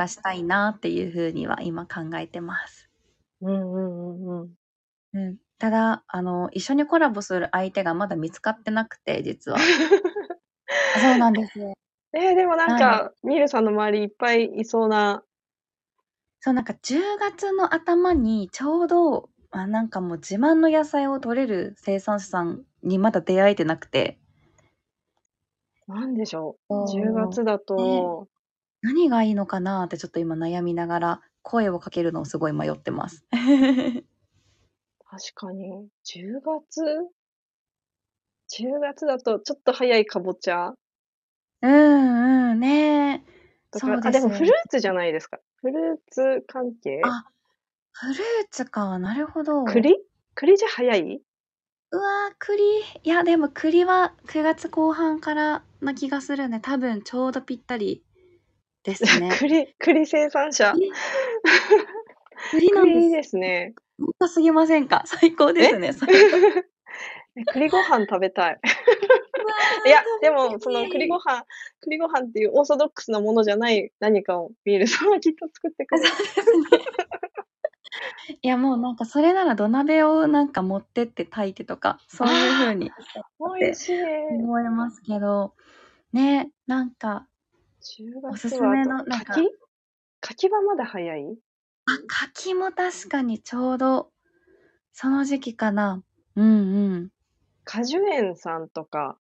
何かしたいなっていう風には今考えてます。 うんうんうんうん。 うん。ただ、あの、一緒にコラボする相手がまだ見つかってなくて、実は。あ、そうなんですよ。 ええ、でもなんなんでか、ミールさんの周りいっぱいいそうな。 そう、なんかじゅうがつの頭にちょうど、あ、なんかもう自慢の野菜を取れる生産者さんにまだ出会えてなくて。 なんでしょう、じゅうがそつだう。ね、 と何がいいのかなってちょっと今悩みながら、声をかけるのをすごい迷ってます。 確かに、じゅうがつ？じゅうがつだとちょっと早いかぼちゃうんうん、ね。 とか、 そうあ、でもですよね。 フルーツじゃないですか。フルーツ関係？ あ、フルーツか、なるほど。 栗？栗じゃ早い？ うわ、栗、いやでも栗はくがつこう半からな気がするんで、多分ちょうどぴったりですね。 栗栗生産者。 え！栗なんです。 栗いいですね。 豪華すぎませんか？最高でえ？ すね、それは。 え、栗ご飯食べたい。 うわ、 いや、で食べもその栗てみ。 ご飯栗ご飯っていうオーソドックスなものじゃない何かをミールさんはきっと作ってくあ、 れる。 そうですね。いや、もうなんかそれなら土鍋をなんか持ってって炊いてとか、そういう風あにしたあ、 って美味しい。 思いますけど、ね、なんかじゅうがおすつはあとすめのなんか柿？柿はまだ早い？ あ、柿も確かにちょうどその時期かな。うんうん。 果樹園さんとか。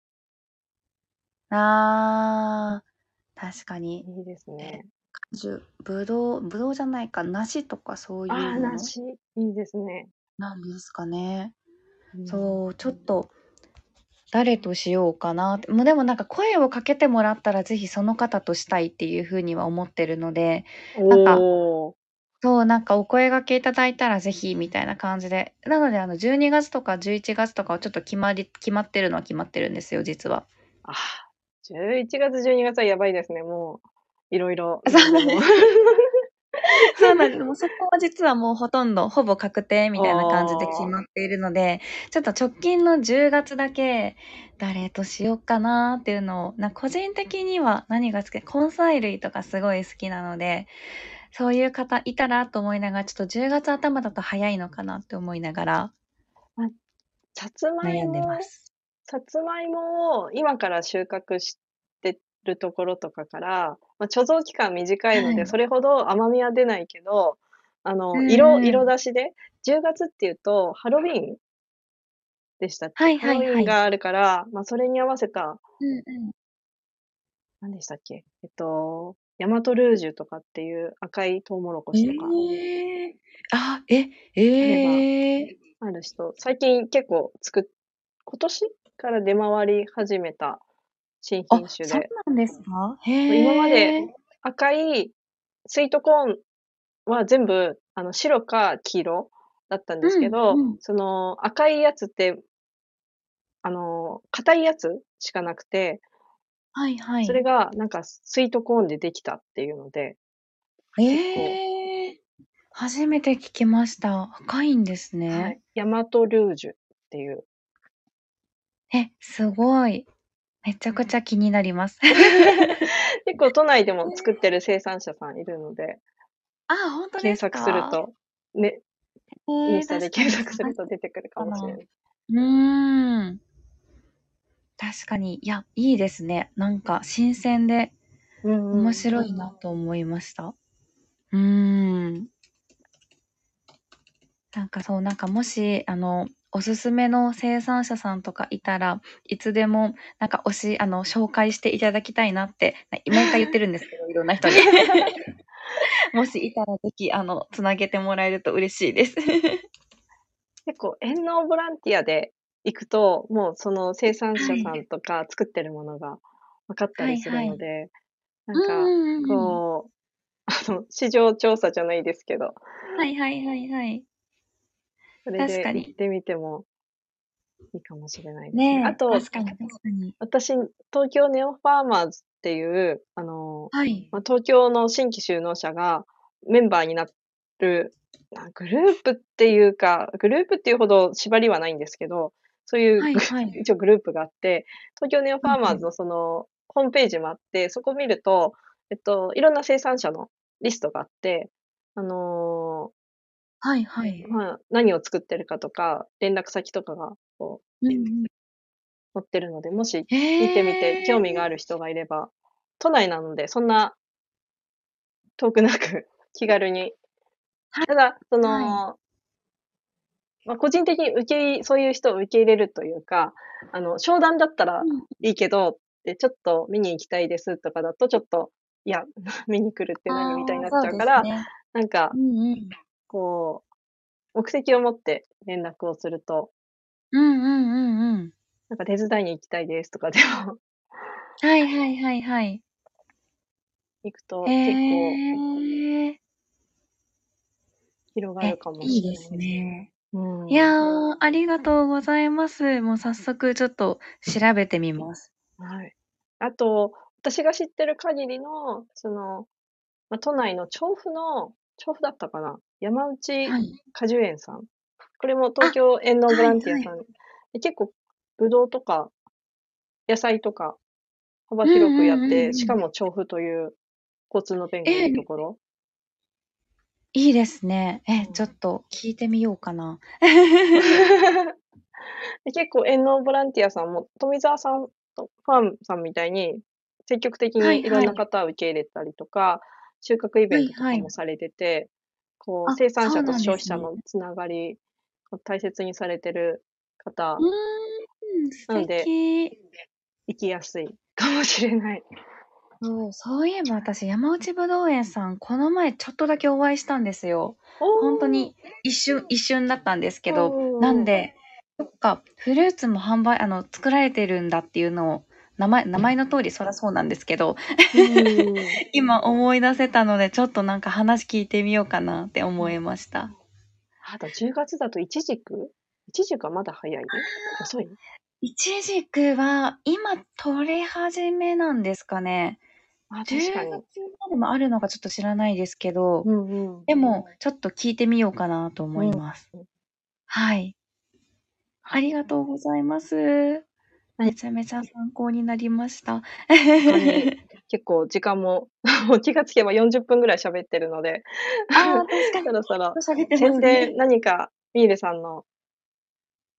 ああ、確かに。 いいですえ、 ね。 果樹、ぶどうぶどうじゃないか、梨とかそういうああ、 もの梨、いいですね。 なんですかね。 うん。 そう、ちょっと誰としようかなって。もうでもなんか声をかけてもらったら、ぜひその方としたいっていう風には思ってるので、 おなんかお。 そう、なんかお声掛けいただいたらぜひみたいな感じで。なのであのじゅうにがつとかじゅういちがつとかはちょっと決まり決まってるのは決まってるんですよ、実は。 あ、じゅういちがつ、じゅうにがつはやばいですね、もう、色々 あ、そなんでも。 うなんです。そうなんです。もうそこは実はもうほとんど、ほぼ確定みあたいな感じで決あ。 まっているので、ちょっと直近のじゅうがつだけ、誰としよっかなっていうのを、な個人的には何が好き根菜類とかすごい好きなので、そういう方いたらと思いながら、ちょっとじゅうがつ頭だと早いのかなって思いながら。 あ、 さつまい悩んでまもす。 さつまいもを今から収穫してるところとかから、ま、貯蔵期間短いので、 はい。 それほど甘みは出ないけど、あうの、色色んうん。 出しで、じゅうがつっていうとハロウィーンでしたっけ？ はいハロウィーはいはい。 ンがあるから、ま、それに合わせたうんうん。 何でしたっけ？えっと、大和ルージュとかっていう赤いトウモロコシとかええ。あ、え、 あれば、 ええ。 ある人、最近結構つく今年から出回り始めた新あ、 品種そうで。 なんですか？ そう、今までへえ。 赤いスイートコーンは全部、あの、白か黄色だったんですうん、 けど、 うん。 その赤いやつってあの、硬いやつしかなくて、 はいはい。 それがなんかスイートコーンでできたっていうので、結構ええ。初めて聞きました。赤いんですね。 はい、大和ルージュっていう。 え、すごい。めちゃくちゃ気になります。 結構都内でも作っええ。 てる生産者さんいるので、 あ、ほんとです検索するか？ と、ね、イええ、 ンスタで確かに検索する探してと出てくるかかな。 もしれない。 うーん。確かに。いや、いいですね。なんか新鮮でうんうん。 面白いなと思いました。うーん。なんかそう、なんかもし、あの、おすすめの生産者さんとかいたら、いつでもなんかおしあの、紹介していただきたいなって、な毎回言ってるんですけど、いろんな人に。もしいたらぜひ、あの、繋げてもらえると嬉しいです。 結構遠農ボランティアで行くと、もうその生産者さはい。 んとか作ってるものが分かったりするはいはい。 ので、なんうんか、 うんうんうん。 こう、あの、市場調査じゃないですけど、 はいはいはいはい。 それ確かに。 で行ってみてもいいかもしれないですね。あねえ、 と、 確かに確かに。 私、東京ネオファーマーズっていう、あの、 はい。 ま、東京の新規就農者がメンバーになる、なグループっていうか、グループっていうほど縛りはないんですけど、そういう、ぐはいはい。 一応グループがあって、東京ネオフはいはい。 ァーマーズのそのホームページもあって、そこ見ると、えっと、いろんな生産者のリストがあって、あの、 はいはい。 まあ、何を作ってるかとか、連絡先とかがこううんうん。 載ってるので、もしへ見てみて興味がえ。 ある人がいれば、都内なのでそんな遠くなく気軽に。 はただ、そはい。 の、ま、個人的に受けいそういう人を受け入れるというか、あの、商談だったらうん。 いいけど、で、ちょっと見に行きたいですとかだと、ちょっと、いや、見に来るって何みたいにああ、 なっそうちゃうから、 ですね。 なんか、 うんうん。 こう、目的を持って連絡をすると、 うんうんうんうん。 なんか手伝いに行きたいですとかでもはいはいはいはい。 行くへと結構え。 広がるえ、 かもしれいいですないですね。 ね。 ういーん。 や、ありがとうございます。もう早速ちょっと調べてみます。 はい。あと、私が知ってる限りの、その、ま、都内の調布の調布だったかな、山内はい。 果樹園さん。これもあ、 東京遠農ボはいはい。 ランティアさんで、結構ぶどうとか野菜とか幅うん広くうんやって、 うんうん。 しかも調布という交通の便がいいとえ、 ころ。 いいですね。え、ちょうん。 っと聞いてみようかな。 で、結構遠農ボランティアさんも、富澤さんとファームさんみたいに、積極的にいろんなはいはい。 方を受け入れたりとか、収穫イベントとはいはい。 かもされてて、こうあ、 生産そう者となんですね。 消費者のつながりを大切にされてるう方ーん、素なので、 敵。 行きやすいかもしれない。 そう、そういえば私、山内ぶどう園さん、この前ちょっとだけお会いしたんですよ。 おほんとお。 に一瞬一瞬だったんですけうど、 んうんうん。 なんで、そっか、フルーツも販売あの、作られてるんだっていうのを、名前名前の通りそらそうなんですけど、 うーん。 今思い出せたので、ちょっとなんか話聞いてみようかなって思いうん。 ました。 あとじゅうがつだとイチジク？イチジクはまだ早い？遅い？ イチジクは今取れ始めなんですかね。 あ、確か 10 に。 月までもあるのかちょっと知らないですけど、 うんうん。 でも、ちょっと聞いてみようかなと思うん。 います。はい。あはい。 りがとうございます。 何めちゃめちゃ参考になりました。 他に結構時間ももう気がつけばよんじゅっぷんぐらい喋ってるので、 ああ、確かに。 そろそろずっと喋ってま宣伝すね。 何かミールさんの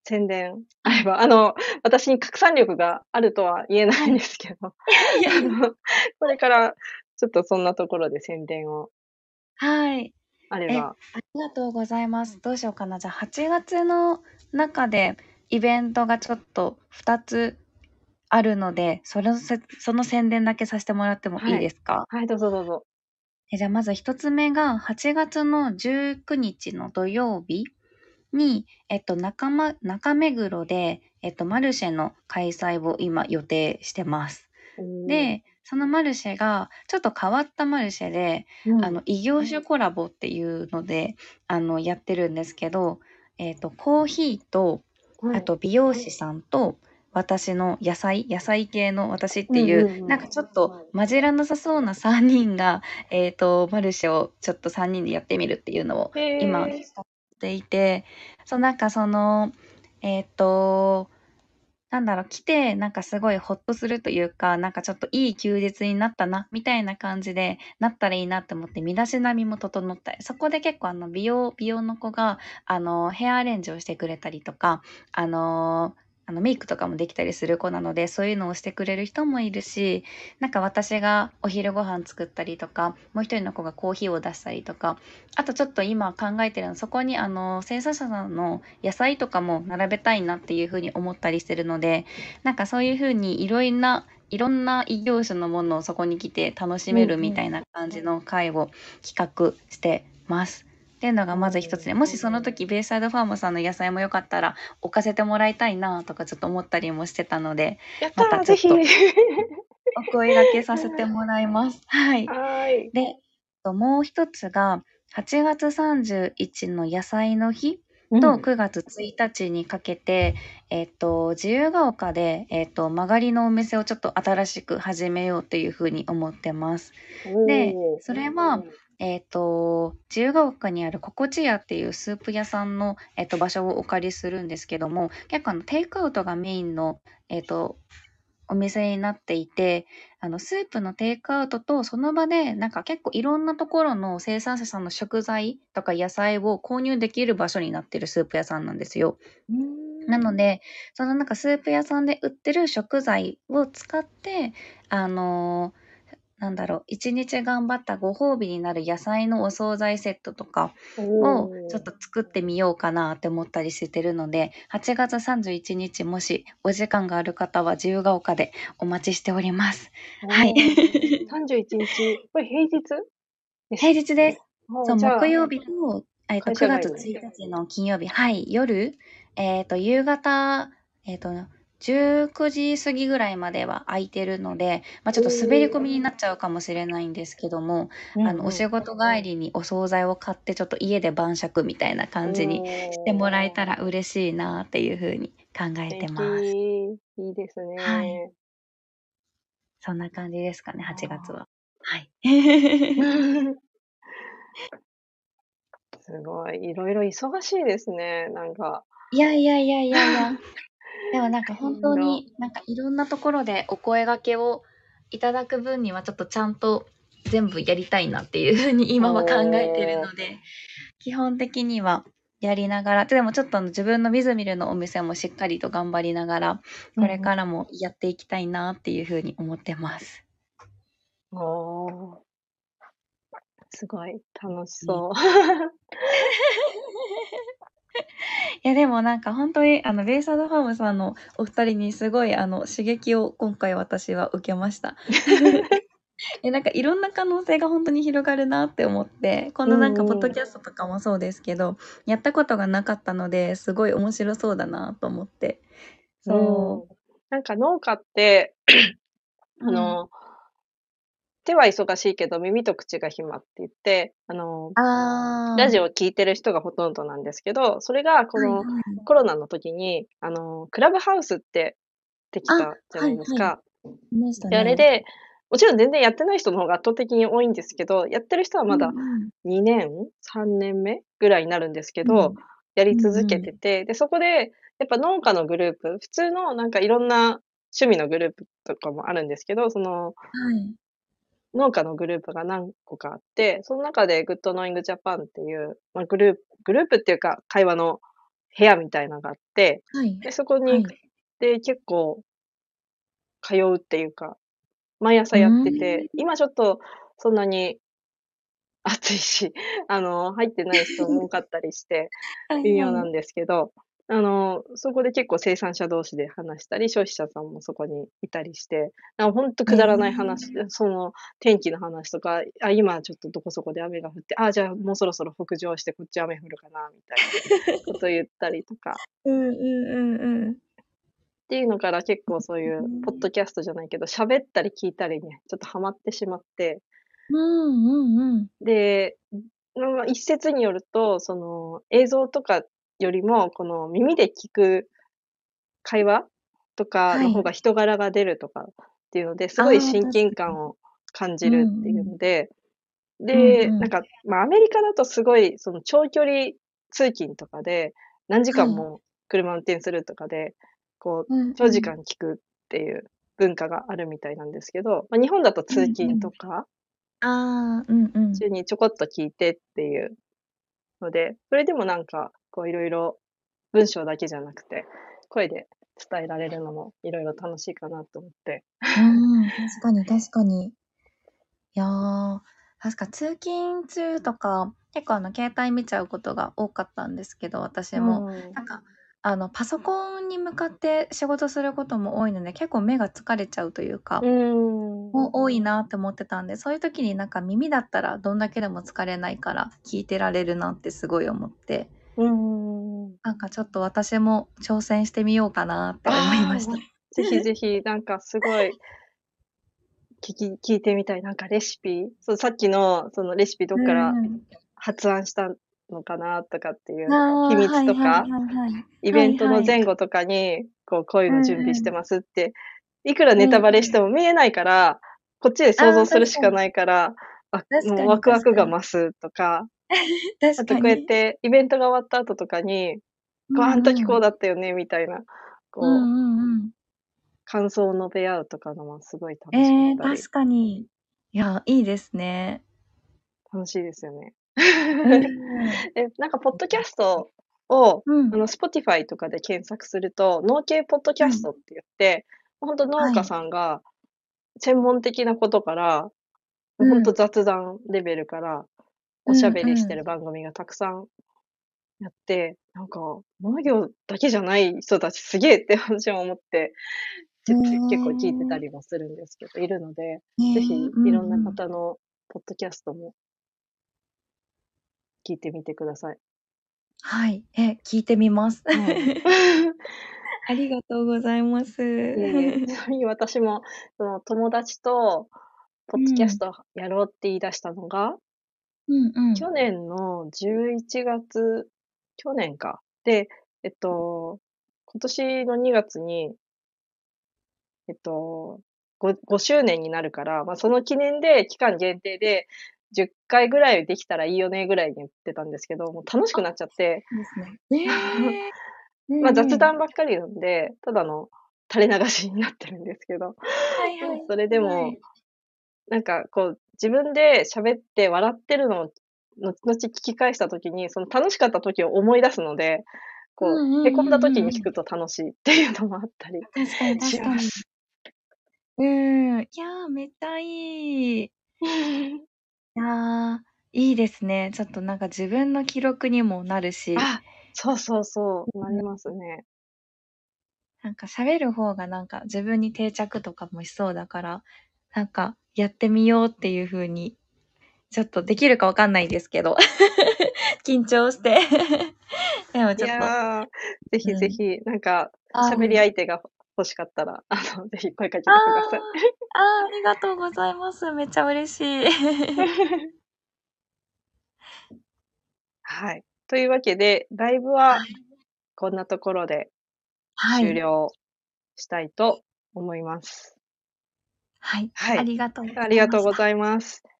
宣伝あれば、あの、私に拡散力があるとは言えなはい。 いんですけど、 いやいやいや。 あの、これからちょっとそんなところで宣伝をはい。え、 あれば。 ありがとうございます。どうしようかな。じゃあはちがつの中でイベントがちょっとふたつあるので、そのせその宣伝だけさせてもらってもいはい。 いですか？ はい、どうぞどうぞ。 え、じゃあまずひとつめがはちがつのじゅうくにちの土曜日に、えっと、中ま中目黒で、えっと、マルシェの開催を今予定してます。 おお。 で、そのマルシェがちょっと変わったマルシェで、 うん。 あの、異業種コラボっていうので、あの、やってるんですけど、えっと、コーヒーと、 はい。 あと美容師さんと、私の野菜野菜系の私っうんていう、 うんうん。 なんかちょっと混じらなさそうなさんにんが、えっと、マルシェをちょっとさんにんでやってみるっていうのをへ今、 え。 していて、そう、なんかその、えっと、なんだろう、来て、なんかすごいほっとするというか、なんかちょっといい休日になったな、みたいな感じで、なったらいいなって思って、身だしなみも整ったり、そこで結構あの、美容美容の子が、あの、ヘアアレンジをしてくれたりとか、あの、あの、メイクとかもできたりする子なので、そういうのをしてくれる人もいるし、なんか私がお昼ご飯作ったりとか、もう一人の子がコーヒーを出したりとか、あとちょっと今考えてるのは、そこにあの、生産者さんの野菜とかも並べたいなっていう風に思ったりしてるので、なんかそういう風にいろいろないろんな異業種のものをそこに来て楽しうんめるみうん。 たいな感じの会を企画してます。っていうのがおまず一つで、 お。 もしその時ベイサイドファームさんの野菜もよかったら置かせてもらいたいなとかちょっと思ったりもしてたので、またやった、ぜひ。 ちょっとお声掛けさせてもらいます。はい。 はい。 で、ともう一つが、はちがつさんじゅういちの野菜の日とうん。 くがつついたちにかけて、えっと、自由が丘で、えっと、曲がりのお店をちょっと新しく始めようっていうふうに思ってます。 おで、 お。 それは、えっと、自由が丘にある心地屋っていうスープ屋さんの、えっと、場所をお借りするんですけども、結構あの、テイクアウトがメインの、えっと、お店になっていて、あの、スープのテイクアウトと、その場で、なんか結構いろんなところの生産者さんの食材とか野菜を購入できる場所になってるスープ屋さんなんですよ。 うーん。 なので、そのなんかスープ屋さんで売ってる食材を使って、あの、なんだろう、いちにち頑張ったご褒美になる野菜のお惣菜セットとかおをちょっお。 と作ってみようかなって思ったりしてるので、はちがつさんじゅういちにちもしお時間がある方は自由が丘でお待ちしております。はい。 おお。さんじゅういちにち、これ平日です平日です。 ね。おお、 そう、 じゃあ、 木曜日と、えっと、 会 9 社帰りに。 月ついたちの金曜日、はい、夜、えっと、夕方、えっと、じゅうくじ過ぎぐらいまでは空いてるので、まあ、ちょおっと滑り込お。 みになっちゃうかもしれないんですけども、あの、おうんうん。 仕事帰りにお惣菜を買って、ちょっと家で晩酌みたいなお感じにしてもお。 らえたら嬉しいなっていう風に考えて素敵。 ます。 いいですはい。 ね。 そんな感じですかね、はちがつあは。はい。 あ。すごい、いろいろ忙しいですね、なんか。 いやいやいやいやいや。でもなんかい本当ろいろ。 に、なんかいろんなところでお声掛けをいただく分にはちょっとちゃんと全部やりたいなっていう風にお今は考えてるお。 ので、基本的にはやりながら、でもちょっとあの自分のみずみるのお店もしっかりと頑張りながら、これうんうん。 からもやっていきたいなっていう風に思ってます。 おお。すごい楽しね。 そう。 いやでもなんか本当にあのベイサイドファームさんのお二人にすごいあの刺激を今回私は受けました。え、なんかいろんな可能性が本当に広がるなって思って、こうのなんかポッんうん。 ドキャストとかもそうですけど、やったことがなかったので、すごい面白そうだなと思って。そうん。なんか農家って、 う。うん。 あの、手は忙しいけど耳と口が暇って言って、あの、 ああ、 ラジオを聞いてる人がほとんどなんですけど、それがこはいのはい。 コロナの時に、あの、クラブハウスってできあ、 たじゃなはいはい。 いですか。 いましたで、あれね。 で、もちろん全然やってない人の方が圧倒的に多いんですけど、やってる人はうんまだうん。 にねん、さんねんめぐらいになるんですけど、 うん。 やり続うんうん。 けてて、で、そこでやっぱ農家のグループ、普通のなんかいろんな趣味のグループとかもあるんですけど、そのはい。 農家のグループが何個かあって、その中でグッドノーイングジャパンっていう、まあ、グループグループっていうか、会話の部屋みたいなのがあって、 はい。 で、そこに行くはい。 で、結構通うっていうか、毎朝うーやってて、 ん。 今ちょっとそんなに暑いし、あの、入ってない人も多かったりして、 はいはい。 微妙なんですけど、あの、そこで結構生産者同士で話したり、消費者さんもそこにいたりして、なんかほんとへえ。 くだらない話、その、天気の話とか、あ、今ちょっとどこそこで雨が降って、あ、じゃあもうそろそろ北上してこっち雨降るかなみたいなこと言ったりとか。 うんうんうんうん。 っていうのから結構そういうポッドキャストじゃないけど、喋ったり聞いたりね、ちょっとハマってしまって。 うんうんうん。 で、まあ、一説によると、その、映像とかよりも、この耳で聞く会話とかはい。 の方が人柄が出るとかっていうので、すごいああ、 親確かに。 近感を感じうんるっていううん。 ので、で、 うんうん。 なんか、まあ、アメリカだとすごいその長距離通勤とかで、何時はい。 間も車運転するとかで、こう、 うんうん。 長時間聞くっていう文化があるみたいなんですけど、まあ、日本だとうん通勤うん。 とかああ、うんうん。 中にちょこっと聞いてっていうので、それでもなんか、こういろいろ文章だけじゃなくて、声で伝えられるのもいろいろ楽しいかなと思って。 うーん、確かに確かに。いや、確か通勤中とか、結構あの携帯見ちゃうことが多かったんですけど、私うも。 ん。 なんか、あのパソコンに向かって仕事することも多いので、結構目が疲れちゃうといううか、 ーん。 も多いなって思ってたんで、そういう時になんか耳だったらどんだけでも疲れないから聞いてられるなってすごい思って、 うんうん。 なんかちょっと私も挑戦してみようかなって思いああ、 ました。 わぜひぜひ、なんかすごい聞き聞いてみたい。なんかレシピ、そう、さっきのそのレシピどうっからんうん。 発案したのかなとかっていう秘ああ、 密はいはいはいとか、 はい。 イベントのはいはい。 前後とかに、こうこういううのんうん。 準備してますって、いくらうんうネタバレしん。 ても見えないから、こっちで想ああ、 像する確かに。 しかないから、あ、もうワ確かにクワクが確かに。 増すとか、あとこうやっ確かに。 てイベントが終わった後とかに、 うこう、あん時こうんうん。 だったよねみたいな、 うんこう、 うんうん。 感想を述べ合うとかのもすごい楽しかっええ、 たり、 確かに。いや、いいですね。 楽しいですよね。 うーん。 え、なんかポッドキャストを、 うん。 あの、Spotify とかで検索すると、農系ポッドキはい。 ャストって言って、ほんと農家はい。 さんが専門的なことから、もうほんとうん。 雑談レベルからおしゃうんべりしてうん。 る番組がたくさんやって、なんか、農業だけじゃない人たちすげえって私は思って、 へちけ結構聞いてたえ。 りもするんですけど、いるので、 へぜひえ、うんいろんなうん。 方のポッドキャストも聞いてみてください。 はい。え、聞いてみます。 はい。 ありがとうございます。 いえいえ、ちなみに私も、その友達とポッドキャスうん。 トやろうって言い出したのが、 うんうん。 去年のじゅういちがつ、去年か。で、えっと、今年のにがつに、えっと、ごごしゅうねんになるから、ま、その記念で期間限定でじゅっかいぐらいできたらいいよねぐらいに言ってたんですけど、もう楽しくあ、 なっちゃって、 ですね。ええ。うま、雑んうん。 談ばっかりなんで、ただの垂れ流しになってるんですけど、 はいはいでもそれでもはい。 なんかこう、自分で喋って笑ってるのを、後々聞き返した時に、その楽しかった時を思い出すので、こう、 うんうんへこんだうんうんうん。 時に聞くと楽しいっていうのもあったり確かに確かに。 します。 うーん。いや、めっちゃいい。いや、いいですね。ちょっとなんか自分の記録にもなるし、 あ、そうそうそう、なりうん、 ますね。 なんか喋る方がなんか自分に定着とかもしそうだから、なんかやってみようっていう風に、ちょっとできるかわかんないですけど、緊張して。でもいちょっと、 や、ぜひうん。 ぜひ、なんか喋りはい。 相手が欲しかったら、あの、ぜひ声かけああ、 てください。 ああ、ありがとうございます。めっちゃ嬉しい。 はい。というわけで、ライブははい。 こんなところではい。 終了したいと思います。 はい、 はい。 ありがとうごありざいました。 がとうございます。